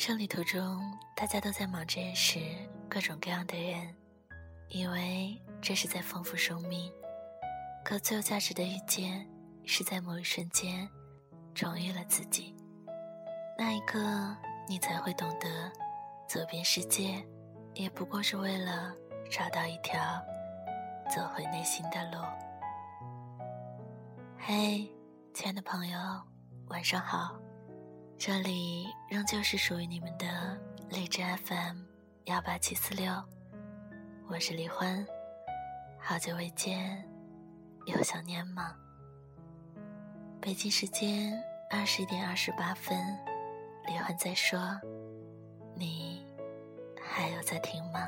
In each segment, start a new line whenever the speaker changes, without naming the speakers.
生旅途中，大家都在忙着认识各种各样的人，以为这是在丰富生命。可最有价值的遇见，是在某一瞬间重遇了自己。那一刻，你才会懂得，走遍世界，也不过是为了找到一条走回内心的路。嘿，亲爱的朋友，晚上好。这里仍旧是属于你们的荔枝 FM18746，我是李欢，好久未见，有想念吗？北京时间21点28分，李欢在说，你还有在听吗？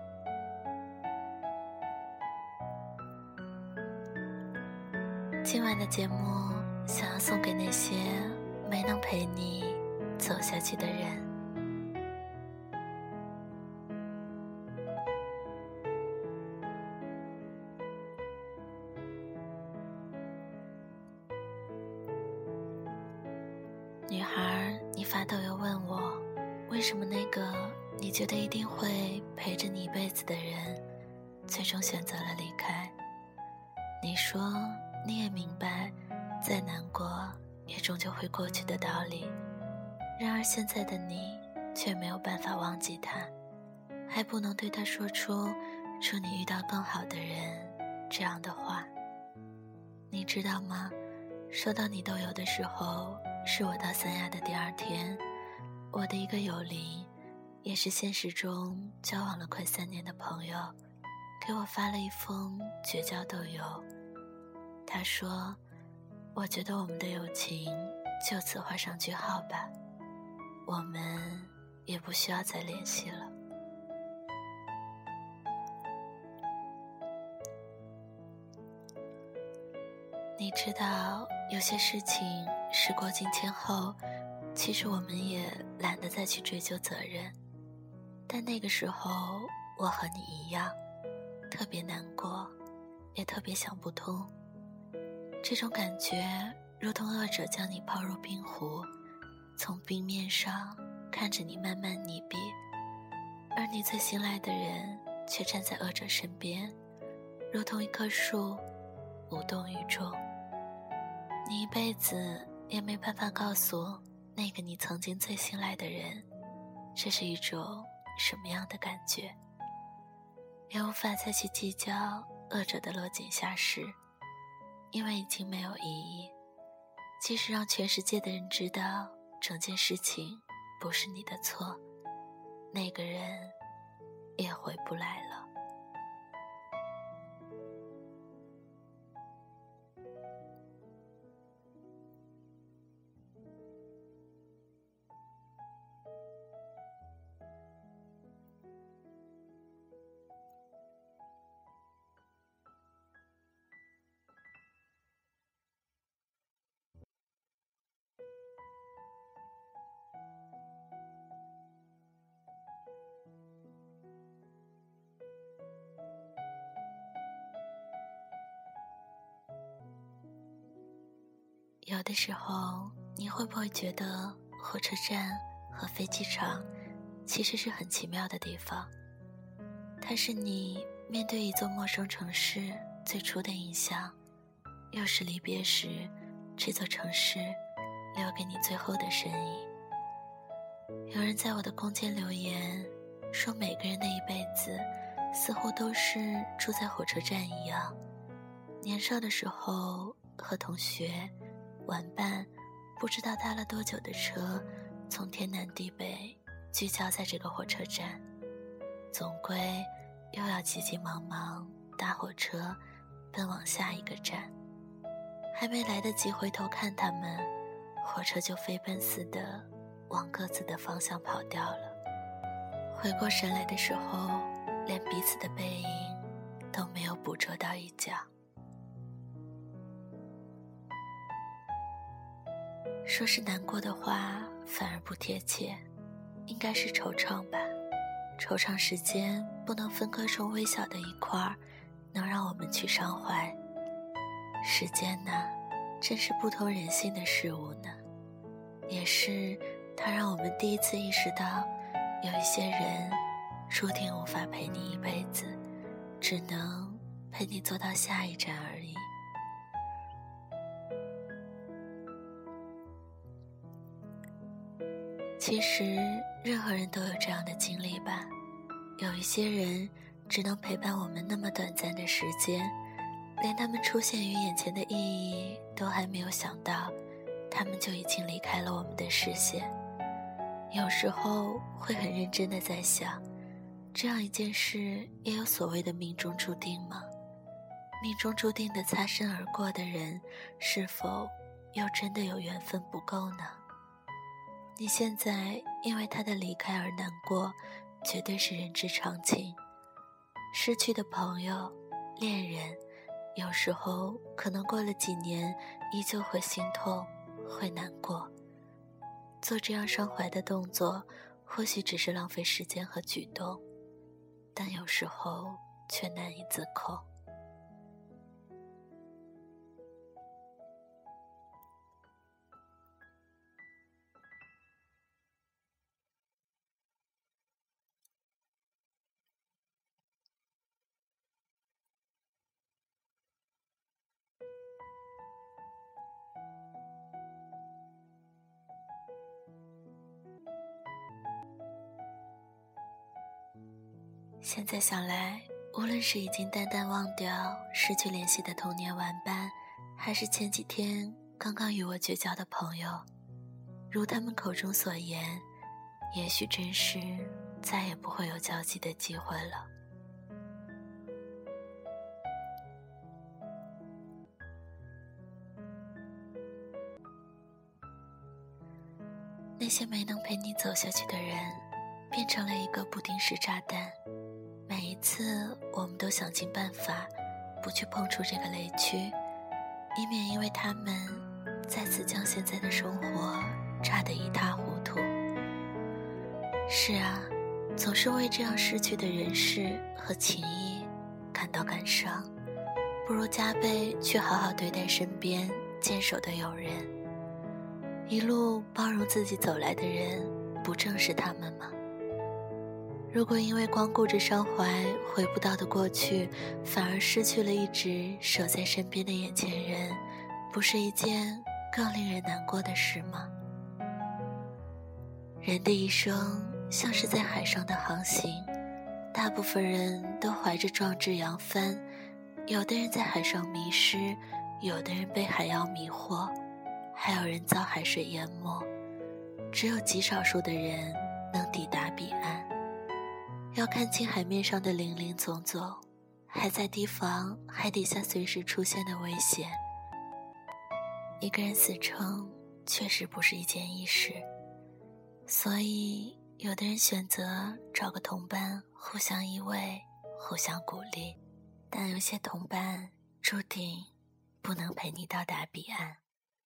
今晚的节目想要送给那些没能陪你走下去的人。女孩，你发抖音问我，为什么那个你觉得一定会陪着你一辈子的人，最终选择了离开？你说你也明白，再难过也终究会过去的道理，然而现在的你却没有办法忘记他，还不能对他说出祝你遇到更好的人这样的话。你知道吗？收到你豆邮的时候，是我到三亚的第2天，我的一个友邻，也是现实中交往了快3年的朋友，给我发了一封绝交豆邮。他说，我觉得我们的友情就此画上句号吧，我们也不需要再联系了。你知道，有些事情时过境迁后，其实我们也懒得再去追究责任，但那个时候我和你一样，特别难过，也特别想不通。这种感觉如同恶者将你抛入冰湖，从冰面上看着你慢慢溺毙，而你最信赖的人却站在恶者身边，如同一棵树无动于衷。你一辈子也没办法告诉那个你曾经最信赖的人，这是一种什么样的感觉，也无法再去计较恶者的落井下石，因为已经没有意义。即使让全世界的人知道整件事情不是你的错，那个人也回不来了。有的时候，你会不会觉得火车站和飞机场其实是很奇妙的地方？它是你面对一座陌生城市最初的印象，又是离别时这座城市留给你最后的身影。有人在我的空间留言说，每个人的一辈子似乎都是住在火车站一样，年少的时候和同学玩伴不知道搭了多久的车，从天南地北聚焦在这个火车站，总归又要急急忙忙搭火车奔往下一个站，还没来得及回头看他们，火车就飞奔似的往各自的方向跑掉了。回过神来的时候，连彼此的背影都没有捕捉到一角。说是难过的话反而不贴切，应该是惆怅吧。惆怅时间不能分割成微小的一块，能让我们去伤怀。时间呢，真是不同人性的事物呢，也是它让我们第一次意识到，有一些人注定无法陪你一辈子，只能陪你坐到下一站而已。其实任何人都有这样的经历吧，有一些人只能陪伴我们那么短暂的时间，连他们出现于眼前的意义都还没有想到，他们就已经离开了我们的视线。有时候会很认真地在想，这样一件事也有所谓的命中注定吗？命中注定的擦身而过的人，是否又真的有缘分不够呢？你现在因为他的离开而难过，绝对是人之常情。失去的朋友、恋人，有时候可能过了几年，依旧会心痛，会难过。做这样伤怀的动作，或许只是浪费时间和举动，但有时候却难以自控。现在想来，无论是已经淡淡忘掉失去联系的童年玩伴，还是前几天刚刚与我绝交的朋友，如他们口中所言，也许真是再也不会有交集的机会了。那些没能陪你走下去的人，变成了一个不定时炸弹。每一次我们都想尽办法不去碰触这个雷区，以免因为他们再次将现在的生活炸得一塌糊涂。是啊，总是为这样失去的人事和情谊感到感伤，不如加倍去好好对待身边坚守的友人。一路包容自己走来的人，不正是他们吗？如果因为光顾着伤怀回不到的过去，反而失去了一直守在身边的眼前人，不是一件更令人难过的事吗？人的一生像是在海上的航行，大部分人都怀着壮志扬帆，有的人在海上迷失，有的人被海妖迷惑，还有人遭海水淹没，只有极少数的人能抵达彼岸。要看清海面上的林林总总，还在提防海底下随时出现的危险。一个人死撑确实不是一件易事，所以有的人选择找个同伴互相依偎，互相鼓励，但有些同伴注定不能陪你到达彼岸。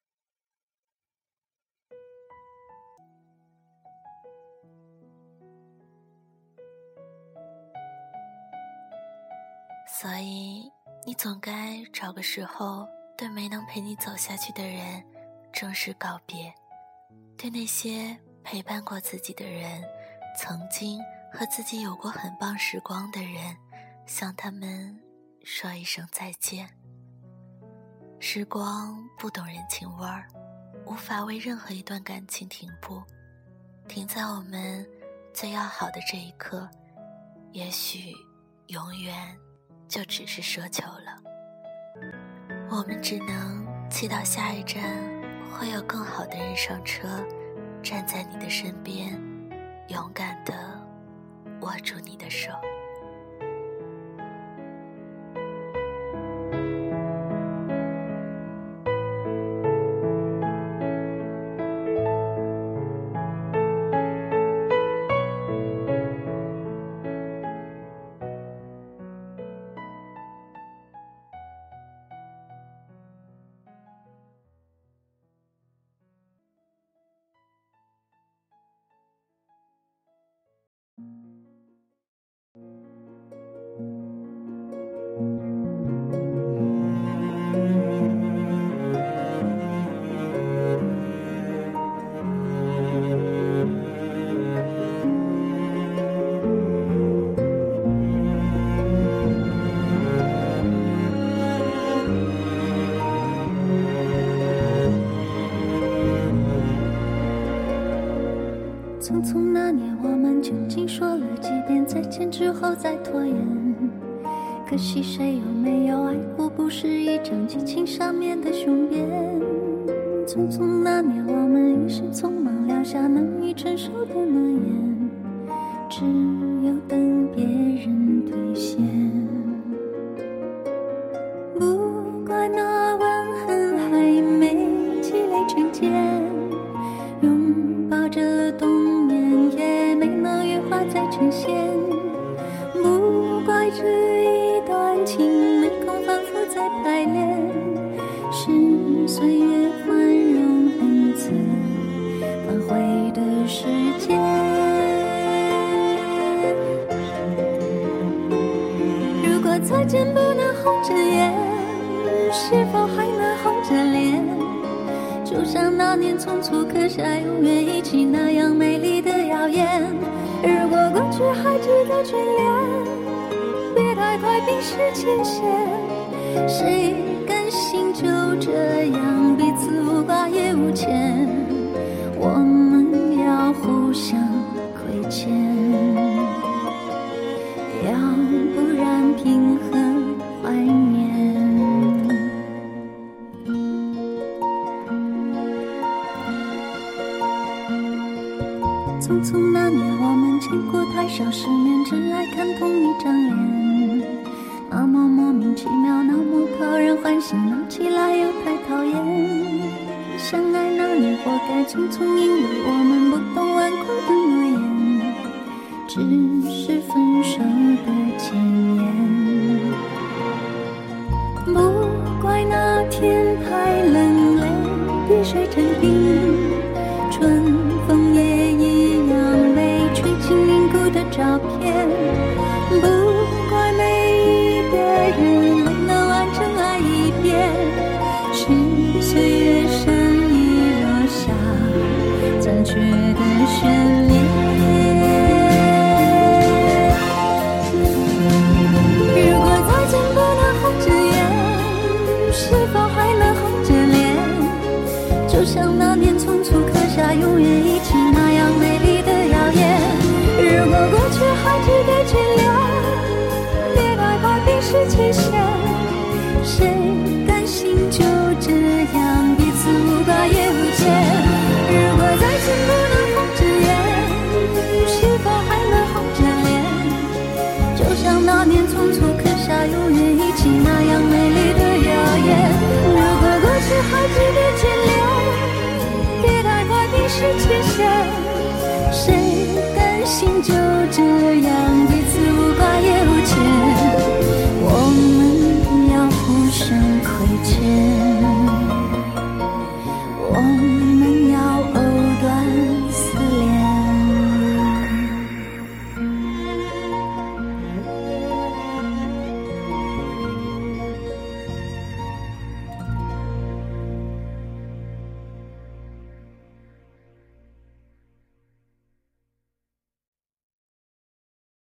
所以你总该找个时候对没能陪你走下去的人正式告别，对那些陪伴过自己的人，曾经和自己有过很棒时光的人，向他们说一声再见。时光不懂人情味儿，无法为任何一段感情停步，停在我们最要好的这一刻，也许永远就只是奢求了。我们只能祈祷下一站会有更好的人上车，站在你的身边，勇敢地握住你的手。
我们究竟说了几遍再见之后再拖延？可惜谁又没有爱过，不是一张激情上面的雄辩。匆匆那年，我们一时匆忙撂下难以承受的诺言，只有等别人兑现。不怪那吻痕还没积累成茧，拥抱着冬眠也没能羽化再成仙。不怪这一段情没空反复再排练，是岁月宽容恩赐反悔的时间。如果再见不能红着眼，是否还能红着脸？就像那年匆促刻下永远一起那样美丽的谣言。如果过去还值得眷恋，别太快冰释前嫌。谁甘心就这样彼此无挂也无牵？我们要互相亏欠，要不然凭何怀念？匆匆那年，我们见过太少世面，只爱看同一张脸。那么莫名其妙，那么讨人欢喜，闹起来又太讨厌。相爱那年活该匆匆，因为我们不懂顽固的诺言，只是分手的前言。不怪那天太冷，泪滴水成冰，春风也一样被吹进凝固的照片。不怪每一个人没能完整爱一遍，是岁月善意落下残缺的悬念。如果再见不能红着眼，是否还能红着脸？就像那年匆促刻下永远一起那样美丽的谣言。如果过去还值得眷恋，别太快冰释前嫌。谁甘心就这样彼此无挂也无牵？如果再见不能红着眼，是否还能红着脸？就像那年匆促刻下永远一起那样美丽的谣言。如果过去还值得眷恋，别太快冰释前嫌。